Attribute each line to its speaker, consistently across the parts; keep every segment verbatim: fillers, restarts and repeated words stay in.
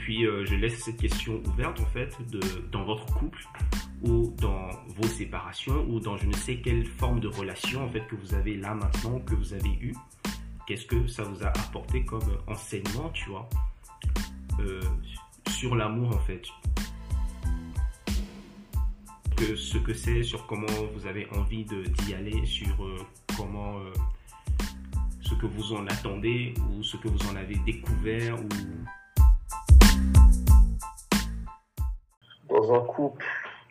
Speaker 1: puis euh, je laisse cette question ouverte en fait de, dans votre couple ou dans vos séparations ou dans je ne sais quelle forme de relation en fait que vous avez là maintenant, que vous avez eu. Qu'est-ce que ça vous a apporté comme enseignement, tu vois, euh, sur l'amour en fait, que ce que c'est, sur comment vous avez envie de, d'y aller, sur euh, comment euh, ce que vous en attendez ou ce que vous en avez découvert ou...
Speaker 2: Dans un couple,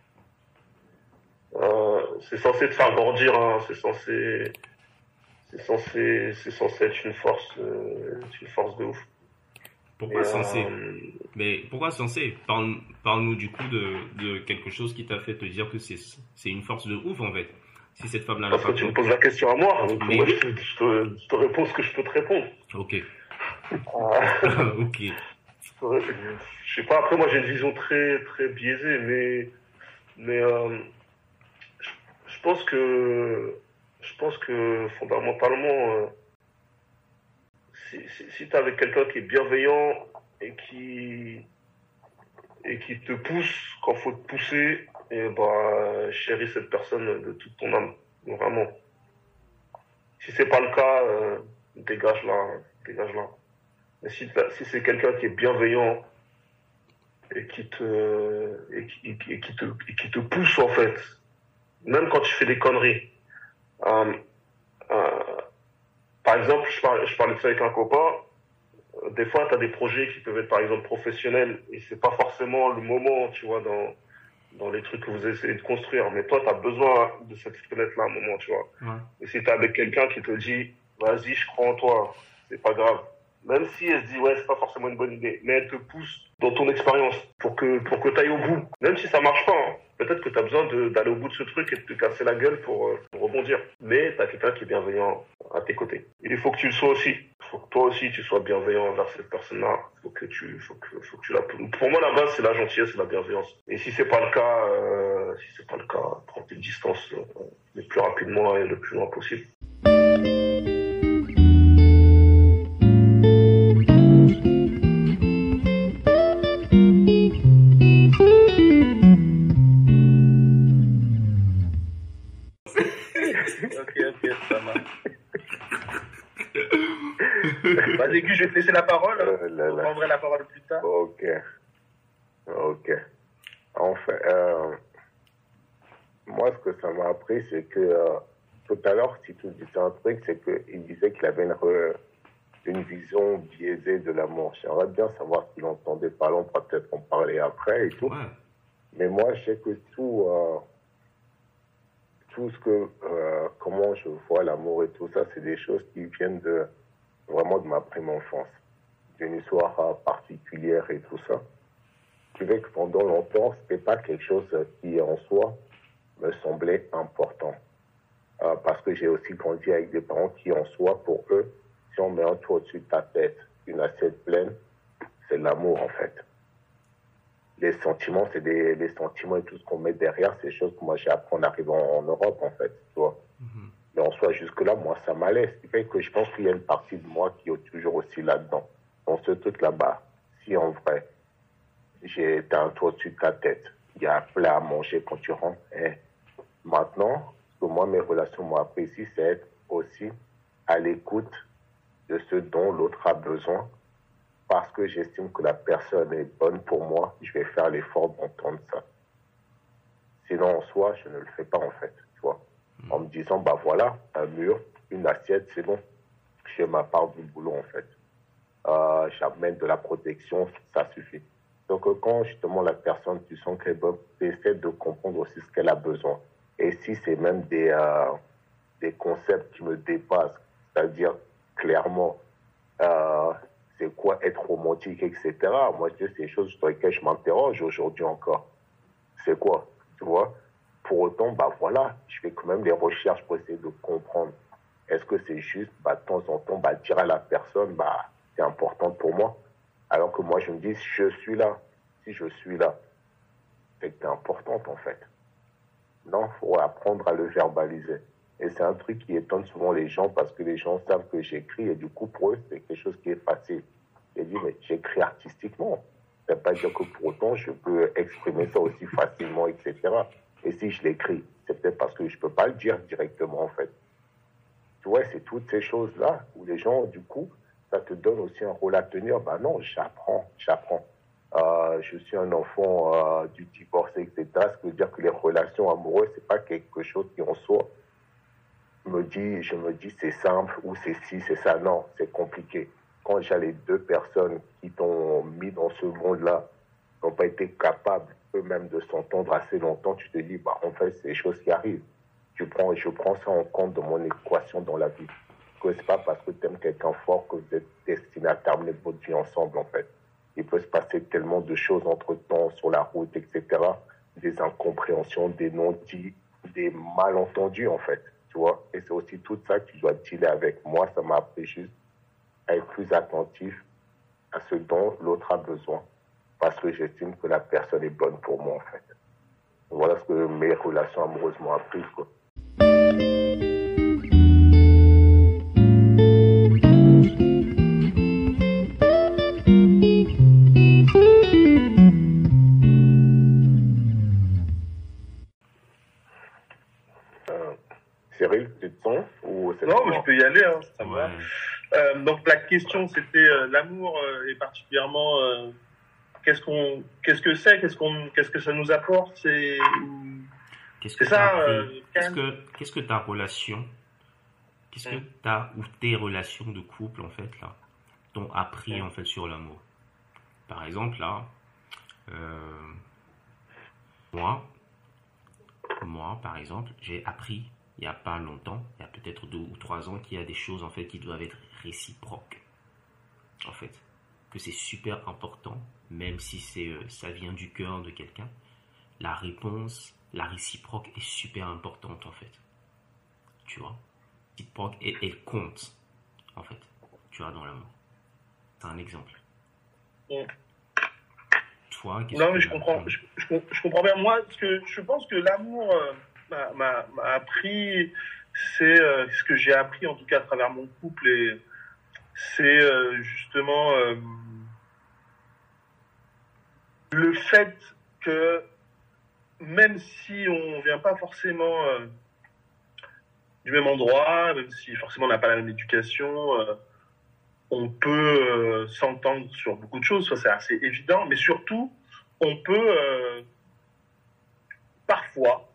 Speaker 2: euh, c'est censé te faire grandir, hein, c'est censé, c'est censé, c'est censé être une force, euh, être une force de ouf.
Speaker 1: Pourquoi
Speaker 2: Et,
Speaker 1: censé
Speaker 2: euh,
Speaker 1: Mais pourquoi censé Parle, Parle-nous du coup de, de quelque chose qui t'a fait te dire que c'est, c'est une force de ouf en fait. Si cette femme-là n'a
Speaker 2: parce
Speaker 1: pas...
Speaker 2: que tu me poses la question à moi, donc
Speaker 1: Mais
Speaker 2: moi
Speaker 1: oui.
Speaker 2: je, te, je, te, je te réponds ce que je peux te répondre.
Speaker 1: Ok.
Speaker 2: Euh,
Speaker 1: Ok.
Speaker 2: je sais pas, après moi j'ai une vision très très biaisée, mais mais euh, je, je pense que je pense que fondamentalement, euh, si si, si t'es avec quelqu'un qui est bienveillant et qui et qui te pousse quand faut te pousser, et bah chéris cette personne de toute ton âme, vraiment. Si c'est pas le cas, euh, dégage là, dégage là. Mais si, si c'est quelqu'un qui est bienveillant et qui te et qui, et qui te et qui te pousse en fait, même quand tu fais des conneries. Euh, euh, par exemple, je parlais, je parlais de ça avec un copain. Des fois, tu as des projets qui peuvent être par exemple professionnels et c'est pas forcément le moment, tu vois, dans dans les trucs que vous essayez de construire. Mais toi, tu as besoin de cette fenêtre-là à un moment, tu vois.
Speaker 1: Ouais.
Speaker 2: Et si tu es avec quelqu'un qui te dit, vas-y, je crois en toi, c'est pas grave. Même si elle se dit, ouais, c'est pas forcément une bonne idée, mais elle te pousse dans ton expérience pour que, pour que tu ailles au bout. Même si ça marche pas, hein. Peut-être que tu as besoin de, d'aller au bout de ce truc et de te casser la gueule pour, euh, pour rebondir. Mais tu as quelqu'un qui est bienveillant à tes côtés. Et il faut que tu le sois aussi. Il faut que toi aussi tu sois bienveillant envers cette personne-là. Faut que tu, faut que, faut que tu la. Pour moi, la base, c'est la gentillesse et la bienveillance. Et si c'est pas le cas, euh, si c'est pas le cas, prends tes distances euh, le plus rapidement et le plus loin possible.
Speaker 3: Ok, ok, ça marche. Vas-y, Gus, je vais te laisser la parole.
Speaker 4: Euh, là,
Speaker 3: On
Speaker 4: là.
Speaker 3: prendra la parole plus tard.
Speaker 4: Ok. Ok. En fait, euh, moi, ce que ça m'a appris, c'est que euh, tout à l'heure, si tu disais un truc, c'est qu'il disait qu'il avait une, re- une vision biaisée de l'amour. J'aimerais bien savoir ce qu'il entendait par là. On pourra peut-être en parler après et tout.
Speaker 1: Ouais.
Speaker 4: Mais moi, je sais que tout, euh, tout ce que, euh, comment je vois l'amour et tout ça, c'est des choses qui viennent de vraiment de ma prime enfance, d'une histoire euh, particulière et tout ça. Ce qui fait que pendant longtemps, c'était pas quelque chose qui, en soi, me semblait important. Euh, parce que j'ai aussi grandi avec des parents qui, en soi, pour eux, si on met un toit au-dessus de ta tête, une assiette pleine, c'est de l'amour, en fait. Les sentiments, c'est des, les sentiments et tout ce qu'on met derrière, c'est des choses que moi j'ai appris en arrivant en Europe, en fait, tu vois.
Speaker 1: Mhm.
Speaker 4: Mais en soi, jusque-là, moi, ça m'allait. Ce qui fait que je pense qu'il y a une partie de moi qui est toujours aussi là-dedans. Dans ce truc là-bas, si en vrai, j'ai t'as un toit au-dessus de ta tête, il y a un plat à manger quand tu rentres, et maintenant, ce que moi, mes relations m'ont appris ici, c'est être aussi à l'écoute de ce dont l'autre a besoin, parce que j'estime que la personne est bonne pour moi, je vais faire l'effort d'entendre ça. Sinon, en soi, je ne le fais pas, en fait, tu vois. En me disant, bah voilà, un mur, une assiette, c'est bon. Je fais ma part du boulot, en fait. Euh, j'amène de la protection, ça suffit. Donc, euh, quand justement la personne, tu sens qu'elle est bonne, essaie de comprendre aussi ce qu'elle a besoin. Et si c'est même des, euh, des concepts qui me dépassent, c'est-à-dire clairement, euh, c'est quoi être romantique, et cetera. Moi, je dis, c'est des choses sur lesquelles je m'interroge aujourd'hui encore. C'est quoi, tu vois? Pour autant, bah voilà, je fais quand même des recherches pour essayer de comprendre. Est-ce que c'est juste, bah, de temps en temps, bah, dire à la personne, bah, c'est important pour moi. Alors que moi, je me dis, je suis là. Si je suis là, c'est que c'est important, en fait. Non, il faut apprendre à le verbaliser. Et c'est un truc qui étonne souvent les gens parce que les gens savent que j'écris et du coup, pour eux, c'est quelque chose qui est facile. Ils disent, mais j'écris artistiquement. Ça ne veut pas dire que pour autant, je peux exprimer ça aussi facilement, et cetera. Et si je l'écris, c'est peut-être parce que je ne peux pas le dire directement, en fait. Tu vois, c'est toutes ces choses-là où les gens, du coup, ça te donne aussi un rôle à tenir. Ben non, j'apprends, j'apprends. Euh, je suis un enfant euh, du divorce, et cetera. Ce qui veut dire que les relations amoureuses, c'est pas quelque chose qui en soi me dit, je me dis c'est simple ou c'est ci, c'est ça. Non, c'est compliqué. Quand j'ai les deux personnes qui t'ont mis dans ce monde-là, n'ont pas été capables eux-mêmes de s'entendre assez longtemps, tu te dis, bah, en fait, c'est des choses qui arrivent. Je prends, je prends ça en compte dans mon équation dans la vie. Que c'est pas parce que tu aimes quelqu'un fort que vous êtes destiné à terminer votre vie ensemble, en fait. Il peut se passer tellement de choses entre-temps sur la route, et cetera. Des incompréhensions, des non-dits, des malentendus, en fait. Tu vois? Et c'est aussi tout ça que tu dois dealer avec. Moi, ça m'a appris juste à être plus attentif à ce dont l'autre a besoin. Parce que j'estime que la personne est bonne pour moi, en fait. Voilà ce que mes relations amoureuses m'ont appris, quoi. Cyril, tu te sens ou c'est
Speaker 3: Non, mais je peux y aller, hein, ça
Speaker 1: Ouais.
Speaker 3: va. Euh, donc la question c'était euh, l'amour euh, et particulièrement euh, qu'est-ce qu'on, qu'est-ce que c'est, qu'est-ce qu'on, qu'est-ce que ça nous apporte, c'est,
Speaker 1: Qu'est-ce que
Speaker 3: c'est
Speaker 1: t'as
Speaker 3: ça.
Speaker 1: appris
Speaker 3: Euh,
Speaker 1: Qu'est-ce
Speaker 3: Can.
Speaker 1: que, qu'est-ce que ta relation, qu'est-ce que
Speaker 3: Mm.
Speaker 1: ta ou tes relations de couple, en fait, là, t'ont appris,
Speaker 3: Mm.
Speaker 1: en fait, sur l'amour? Par exemple, là, euh, moi, moi, par exemple, j'ai appris, il n'y a pas longtemps, il y a peut-être deux ou trois ans, qu'il y a des choses, en fait, qui doivent être réciproques. En fait, que c'est super important, même si c'est, euh, ça vient du cœur de quelqu'un, la réponse, la réciproque est super importante, en fait. Tu vois, réciproque, et elle compte, en fait, tu vois, dans l'amour. C'est un exemple.
Speaker 3: Mm.
Speaker 1: Toi, qu'est-ce
Speaker 3: Non,
Speaker 1: que...
Speaker 3: mais je comprends, je, je, je comprends bien. Moi, ce que je pense que l'amour euh, m'a, m'a, m'a appris, c'est euh, ce que j'ai appris en tout cas à travers mon couple, et c'est euh, justement euh, le fait que même si on vient pas forcément euh, du même endroit, même si forcément on n'a pas la même éducation, euh, on peut euh, s'entendre sur beaucoup de choses, ça c'est assez évident, mais surtout, on peut euh, parfois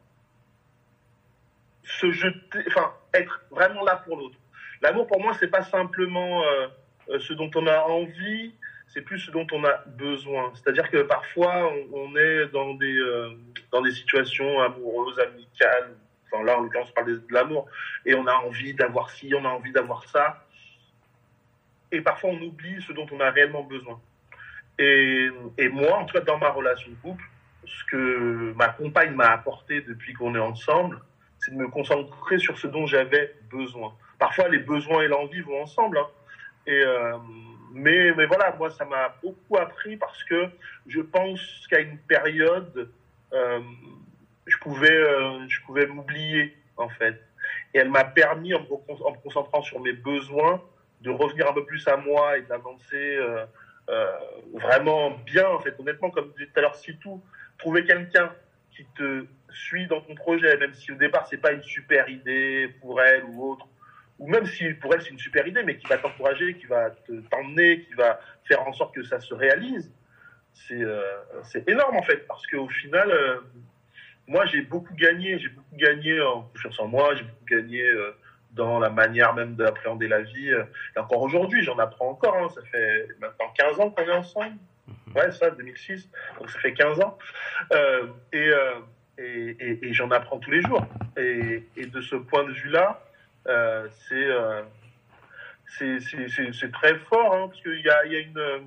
Speaker 3: se jeter, enfin, être vraiment là pour l'autre. L'amour, pour moi, c'est pas simplement euh, euh, ce dont on a envie, c'est plus ce dont on a besoin. C'est-à-dire que parfois, on, on est dans des, euh, dans des situations amoureuses, amicales, enfin là, en l'occurrence, on parle de, de l'amour, et on a envie d'avoir ci, on a envie d'avoir ça, et parfois, on oublie ce dont on a réellement besoin. Et, et moi, en tout cas, dans ma relation de couple, ce que ma compagne m'a apporté depuis qu'on est ensemble, c'est de me concentrer sur ce dont j'avais besoin. Parfois, les besoins et l'envie vont ensemble, hein. Et, euh, mais, mais voilà, moi, ça m'a beaucoup appris parce que je pense qu'à une période, euh, je pouvais, euh, je pouvais m'oublier, en fait. Et elle m'a permis, en me, en me concentrant sur mes besoins, de revenir un peu plus à moi et d'avancer euh, euh, vraiment bien, en fait. Honnêtement, comme je disais tout à l'heure, si tout, trouver quelqu'un qui te suit dans ton projet, même si au départ, c'est pas une super idée pour elle ou autre, ou même si pour elle, c'est une super idée, mais qui va t'encourager, qui va te, t'emmener, qui va faire en sorte que ça se réalise, c'est, euh, c'est énorme, en fait, parce qu'au final, euh, moi, j'ai beaucoup gagné, j'ai beaucoup gagné en confiance en moi, j'ai beaucoup gagné euh, dans la manière même d'appréhender la vie. Et encore aujourd'hui, j'en apprends encore, hein, ça fait maintenant quinze ans qu'on est ensemble. Ouais, ça, deux mille six, donc ça fait quinze ans. Euh, et, euh, et, et, et j'en apprends tous les jours. Et, et de ce point de vue-là, euh, c'est, euh, c'est, c'est, c'est, c'est très fort, hein, parce qu'il y a, il y a une,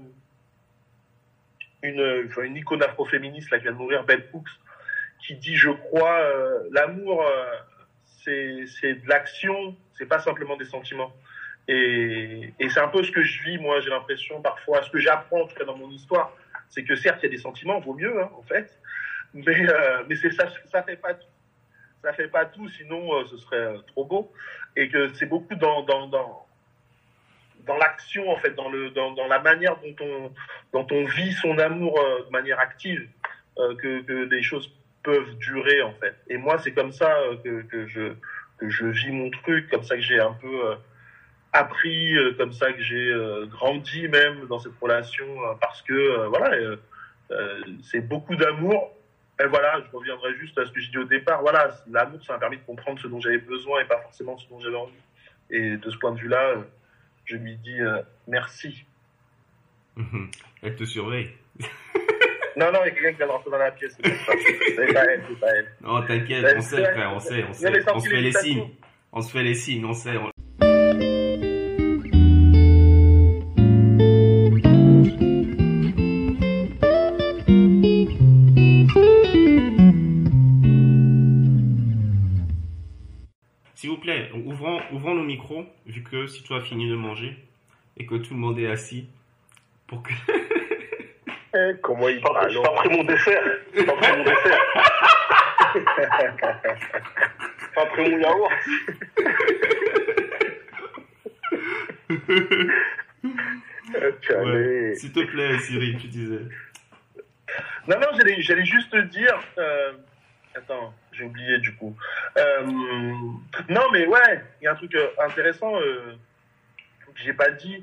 Speaker 3: une, enfin, une icône afroféministe là, qui vient de mourir, Bell Hooks, qui dit, je crois, euh, l'amour, euh, c'est, c'est de l'action, c'est pas simplement des sentiments. Et, et c'est un peu ce que je vis, moi, j'ai l'impression, parfois, ce que j'apprends, en tout cas dans mon histoire, c'est que certes, il y a des sentiments, vaut mieux, hein, en fait, mais, euh, mais c'est ça, ça fait pas tout. Ça fait pas tout, sinon euh, ce serait euh, trop beau. Et que c'est beaucoup dans, dans, dans, dans l'action, en fait, dans, le, dans, dans la manière dont on, dont on vit son amour euh, de manière active, euh, que, que les choses peuvent durer, en fait. Et moi, c'est comme ça euh, que, que, je, que je vis mon truc, comme ça que j'ai un peu euh, appris, euh, comme ça que j'ai euh, grandi même dans cette relation, euh, parce que, euh, voilà, euh, euh, c'est beaucoup d'amour. Et voilà, je reviendrai juste à ce que j'ai dit au départ. Voilà, l'amour, ça m'a permis de comprendre ce dont j'avais besoin et pas forcément ce dont j'avais envie. Et de ce point de vue-là, je lui dis euh, merci.
Speaker 1: Elle te surveille.
Speaker 3: Non, non, il y a quelqu'un qui vient de rentrer dans la pièce. C'est pas, c'est pas elle, c'est pas elle.
Speaker 1: Non, t'inquiète, on sait, frère, on sait, on sait. On se fait les signes. On se fait les signes, on sait. On... S'il vous plaît, ouvrons, ouvrons nos micros, vu que si tu as fini de manger et que tout le monde est assis, pour que...
Speaker 4: Eh, comment il parle?
Speaker 2: J'ai pas pris mon dessert. J'ai pas pris mon dessert. J'ai pas pris mon yaourt.
Speaker 1: Ouais. S'il te plaît, Cyril, tu disais.
Speaker 3: Non, non, j'allais, j'allais juste te dire... Euh... Attends, j'ai oublié du coup. Euh, non, mais ouais, il y a un truc euh, intéressant euh, que j'ai pas dit,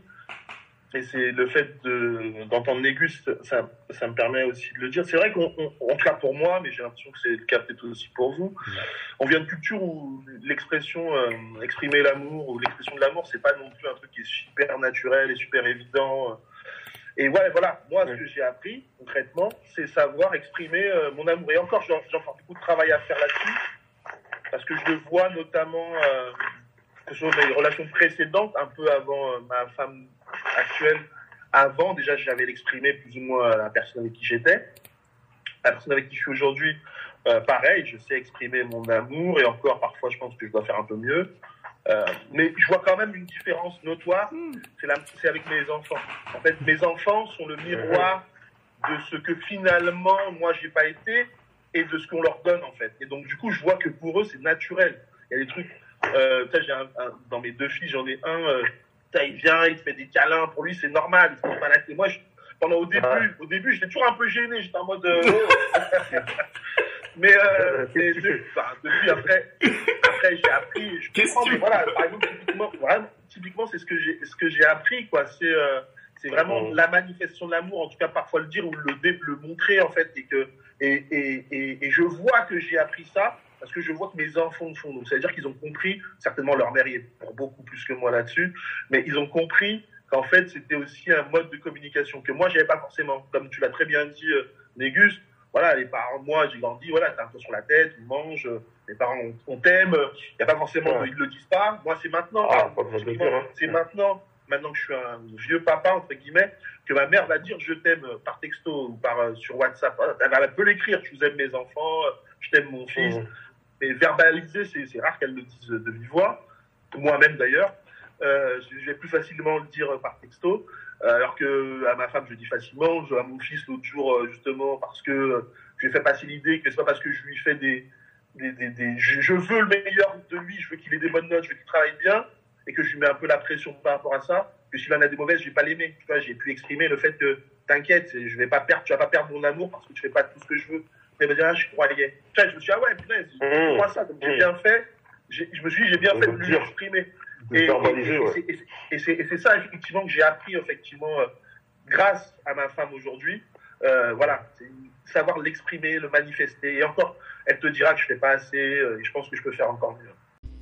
Speaker 3: et c'est le fait de, d'entendre Négus, ça, ça me permet aussi de le dire. C'est vrai qu'on, on, en tout cas pour moi, mais j'ai l'impression que c'est le cas peut-être aussi pour vous, on vient de culture où l'expression euh, exprimer l'amour ou l'expression de l'amour, c'est pas non plus un truc qui est super naturel et super évident. Euh, Et ouais, voilà, moi, ce que j'ai appris, concrètement, c'est savoir exprimer euh, mon amour. Et encore, j'ai, j'ai encore beaucoup de travail à faire là-dessus, parce que je le vois notamment, euh, que ce soit mes relations précédentes, un peu avant euh, ma femme actuelle. Avant, déjà, j'avais l'exprimé plus ou moins à la personne avec qui j'étais. La personne avec qui je suis aujourd'hui, euh, pareil, je sais exprimer mon amour, et encore, parfois, je pense que je dois faire un peu mieux. Euh, mais je vois quand même une différence notoire, c'est, la, c'est avec mes enfants. En fait, mes enfants sont le miroir de ce que finalement, moi, j'ai pas été, et de ce qu'on leur donne, en fait. Et donc, du coup, je vois que pour eux, c'est naturel. Il y a des trucs, euh, j'ai un, un, dans mes deux filles, j'en ai un, euh, il vient, il te fait des câlins, pour lui, c'est normal, il se pas la tête. Moi, je, pendant, au début, ouais. au début, j'étais toujours un peu gêné, j'étais en mode... Euh, oh. Mais, euh, mais de, bah, depuis après, après j'ai appris. Je comprends, mais voilà, par exemple, typiquement, vraiment, typiquement, c'est ce que j'ai, ce que j'ai appris, quoi. C'est, euh, c'est vraiment la manifestation de l'amour, en tout cas parfois le dire ou le, le montrer en fait, et que, et, et, et, et je vois que j'ai appris ça parce que je vois que mes enfants le font. Donc, ça veut dire qu'ils ont compris. Certainement, leur mère y est pour beaucoup plus que moi là-dessus, mais ils ont compris qu'en fait, c'était aussi un mode de communication que moi, j'avais pas forcément. Comme tu l'as très bien dit, euh, Négus. Voilà, les parents, moi, j'ai grandi, voilà, t'as un peu sur la tête, on mange, les parents, on, on t'aime, il n'y a pas forcément, ouais. de, ils le disent pas. Moi, c'est maintenant,
Speaker 2: ah,
Speaker 3: hein, c'est, dire, hein. c'est maintenant, maintenant que je suis un vieux papa, entre guillemets, que ma mère va dire je t'aime par texto ou par, sur WhatsApp. Elle, elle peut l'écrire, je vous aime mes enfants, je t'aime mon fils. Mmh. Mais verbaliser, c'est, c'est rare qu'elle le dise de vive voix, moi-même d'ailleurs. Euh, je vais plus facilement le dire par texto. Alors que à ma femme, je dis facilement, je, à mon fils l'autre jour, justement, parce que je lui fais passer l'idée que c'est pas parce que je lui fais des, des, des, des je, je veux le meilleur de lui, je veux qu'il ait des bonnes notes, je veux qu'il travaille bien, et que je lui mets un peu la pression par rapport à ça, que s'il en a des mauvaises, je vais pas l'aimer. Tu vois, j'ai pu exprimer le fait que t'inquiète, je vais pas perdre, tu vas pas perdre mon amour parce que tu fais pas tout ce que je veux. Mais me dire, ah, je croyais. Tu vois, je me suis dit, ah ouais, punaise, je crois ça, donc j'ai bien fait, j'ai, je me suis dit, j'ai bien fait de lui exprimer. Et, et, et, ouais. et, et, c'est, et c'est ça effectivement que j'ai appris effectivement euh, grâce à ma femme aujourd'hui. Euh, voilà, c'est savoir l'exprimer, le manifester. Et encore, elle te dira que je fais pas assez. Euh, et je pense que je peux faire encore mieux.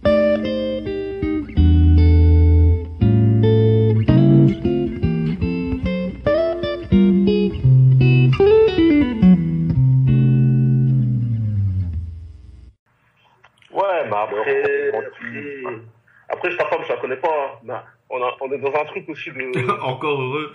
Speaker 2: Ouais, bah après. après... Après, ta femme, je la connais pas. Hein. On, a, on est dans un truc aussi de...
Speaker 1: Encore heureux.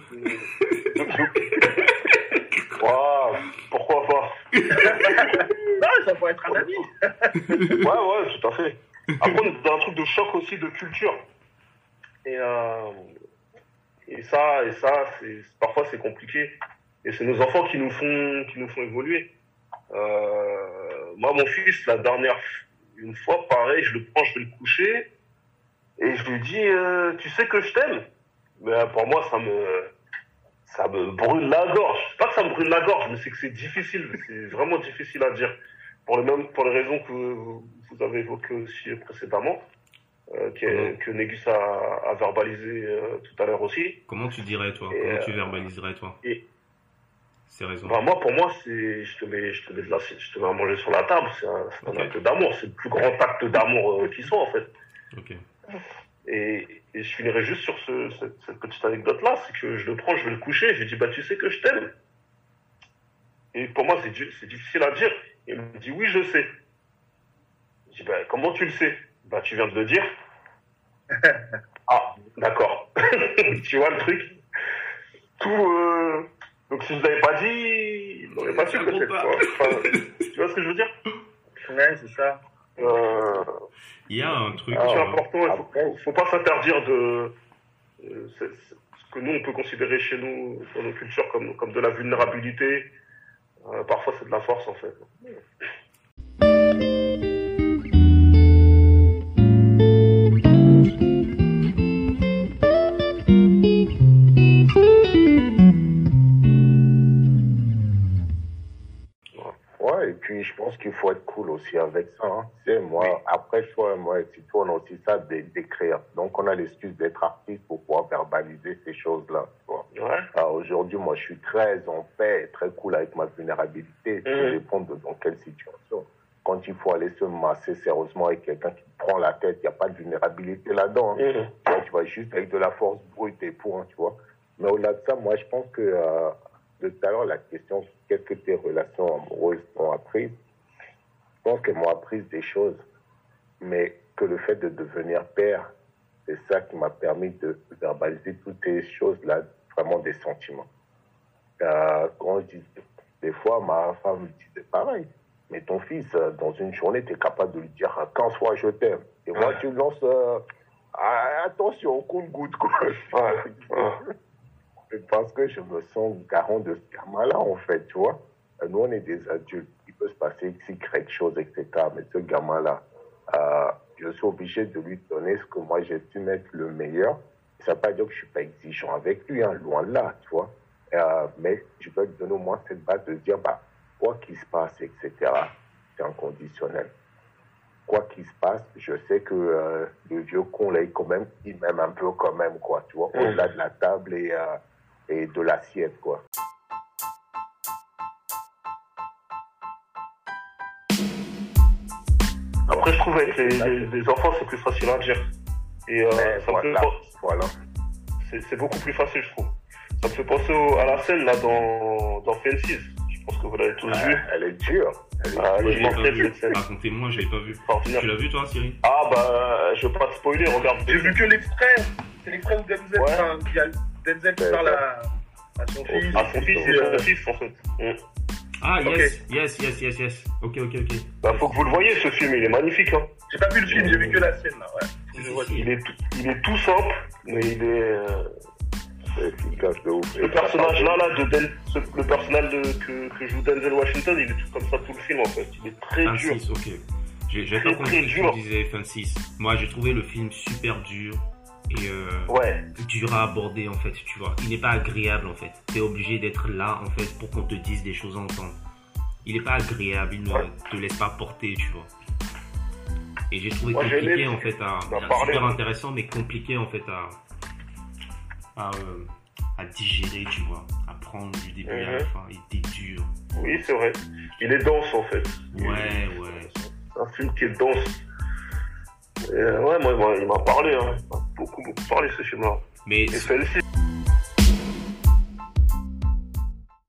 Speaker 2: Wow, pourquoi pas?
Speaker 3: Non, ça pourrait être un ami.
Speaker 2: Ouais, ouais, tout à fait. Après, on est dans un truc de choc aussi de culture. Et, euh, et ça, et ça c'est, parfois, c'est compliqué. Et c'est nos enfants qui nous font, qui nous font évoluer. Euh, moi, mon fils, la dernière une fois, pareil, je le prends, je vais le coucher. Et je lui dis, euh, tu sais que je t'aime? Mais euh, pour moi, ça me, ça me brûle la gorge. C'est pas que ça me brûle la gorge, mais c'est que c'est difficile. C'est vraiment difficile à dire. Pour, le même, pour les raisons que vous avez évoquées aussi précédemment, euh, que, que Négus a, a verbalisé euh, tout à l'heure aussi.
Speaker 1: Comment tu dirais, toi?
Speaker 2: Et,
Speaker 1: Comment
Speaker 2: euh,
Speaker 1: tu verbaliserais, toi,
Speaker 2: et,
Speaker 1: ces raisons?
Speaker 2: Bah moi, pour moi, c'est, je te mets, je te mets de la, je te mets à manger sur la table. C'est un, c'est
Speaker 1: Okay.
Speaker 2: un acte d'amour. C'est le plus grand acte d'amour euh, qui soit, en fait.
Speaker 1: Ok.
Speaker 2: Et, et je finirai juste sur ce, cette, cette petite anecdote-là, c'est que je le prends, je vais le coucher, je lui dis, bah, tu sais que je t'aime. Et pour moi, c'est, c'est difficile à dire. Il me dit, oui, je sais. Je dis, bah, comment tu le sais? Bah, tu viens de le dire. Ah, d'accord. Tu vois le truc? Tout, euh... donc si je l'avais pas dit, il n'aurait pas su peut-être. Enfin, tu vois ce que je veux dire?
Speaker 3: Ouais, c'est ça.
Speaker 2: Euh...
Speaker 1: Il y a un truc.
Speaker 2: C'est
Speaker 1: euh,
Speaker 2: important, il faut, faut pas s'interdire de euh, c'est, c'est ce que nous on peut considérer chez nous dans nos cultures comme comme de la vulnérabilité. Euh, parfois c'est de la force en fait.
Speaker 4: Ouais, et puis je pense qu'il faut être cool aussi avec ça. Hein. Tu sais, moi, oui. Après toi et moi, et toi, on a aussi ça d'écrire. Donc, on a l'excuse d'être artiste pour pouvoir verbaliser ces choses-là. Tu vois.
Speaker 2: Ouais.
Speaker 4: Alors, aujourd'hui, moi, je suis très en paix, très cool avec ma vulnérabilité. Ça mmh. dépend de dans quelle situation. Quand il faut aller se masser sérieusement avec quelqu'un qui te prend la tête, il n'y a pas de vulnérabilité là-dedans. Hein. Mmh. Tu vois, tu vas juste avec de la force brute et pour, hein, tu vois. Mais au-delà de ça, moi, je pense que... Euh, de tout à l'heure, la question, qu'est-ce que tes relations amoureuses t'ont appris? Je pense qu'elles m'ont appris des choses, mais que le fait de devenir père, c'est ça qui m'a permis de verbaliser toutes ces choses-là, vraiment des sentiments. Euh, quand je dis, des fois, ma femme me disait pareil, mais ton fils, dans une journée, tu es capable de lui dire quinze fois je t'aime. Et moi, tu lances, euh, attention, compte-goutte, quoi. Parce que je me sens garant de ce gamin-là, en fait, tu vois. Nous, on est des adultes. Il peut se passer quelque chose, et cetera. Mais ce gamin-là, euh, je suis obligé de lui donner ce que moi, j'estime être le meilleur. Ça ne veut pas dire que je ne suis pas exigeant avec lui, hein, loin de là, tu vois. Euh, mais je peux lui donner au moins cette base de dire, bah, quoi qu'il se passe, et cetera, c'est inconditionnel. Quoi qu'il se passe, je sais que euh, le vieux con, là, il, quand même, il m'aime un peu quand même, quoi, tu vois, mmh. au-delà de la table et... Euh, et de l'assiette, quoi.
Speaker 2: Après, je trouve avec les, les, les enfants, c'est plus facile à dire. Et euh, ça
Speaker 4: voilà,
Speaker 2: me fait
Speaker 4: voilà.
Speaker 2: C'est, c'est beaucoup plus facile, je trouve. Ça me fait penser au, à la scène, là, dans, dans Fences. Je pense que vous l'avez tous
Speaker 4: ah,
Speaker 2: vue.
Speaker 4: Elle est dure. Elle est
Speaker 2: ah,
Speaker 1: dure.
Speaker 2: Je m'en cette scène.
Speaker 1: Racontez-moi, je l'ai pas vue. Tu l'as vu, toi, Cyril?
Speaker 2: Ah, bah, je veux pas te spoiler, regarde.
Speaker 3: J'ai vu que l'extrait. C'est l'extrait où Denzel, ouais. enfin, il y a Denzel qui parle à, à son fils.
Speaker 2: À son fils, c'est son fils, en fait. Mm.
Speaker 1: Ah, yes,
Speaker 3: okay.
Speaker 1: yes, yes, yes, yes. Ok, ok, ok.
Speaker 2: Bah, faut que vous le voyez, ce film, il est magnifique, hein.
Speaker 3: J'ai pas vu le film, j'ai vu que la scène, là, ouais.
Speaker 2: Je vois, il, est tout, il est tout simple, mais il est... Euh...
Speaker 4: C'est efficace de ouf.
Speaker 2: Le personnage-là, là, de Den... ce, le personnage de, que, que joue Denzel Washington, il est tout comme ça tout le film, en fait. Il est très
Speaker 1: Fences,
Speaker 2: dur.
Speaker 1: ok. J'ai, j'ai
Speaker 2: très,
Speaker 1: pas compris
Speaker 2: très
Speaker 1: ce
Speaker 2: dur.
Speaker 1: que tu disais, Fences. Moi, j'ai trouvé le film super dur. Et euh,
Speaker 2: ouais.
Speaker 1: dur à aborder en fait, tu vois. Il n'est pas agréable en fait. Tu es obligé d'être là en fait pour qu'on te dise des choses à entendre. Il n'est pas agréable, il ne ouais. te laisse pas porter, tu vois. Et j'ai trouvé Moi, compliqué en fait à... super intéressant mais compliqué en fait à... à, euh, à digérer, tu vois. À prendre du début mm-hmm. à la fin. Il était dur.
Speaker 2: Oui, c'est vrai. Il est dense en fait.
Speaker 1: Ouais, ouais.
Speaker 2: C'est un film qui est dense. Et, euh, ouais, moi, moi, il m'a parlé, hein. Il m'a beaucoup, beaucoup parlé ce film-là.
Speaker 1: Mais
Speaker 2: et celle-ci.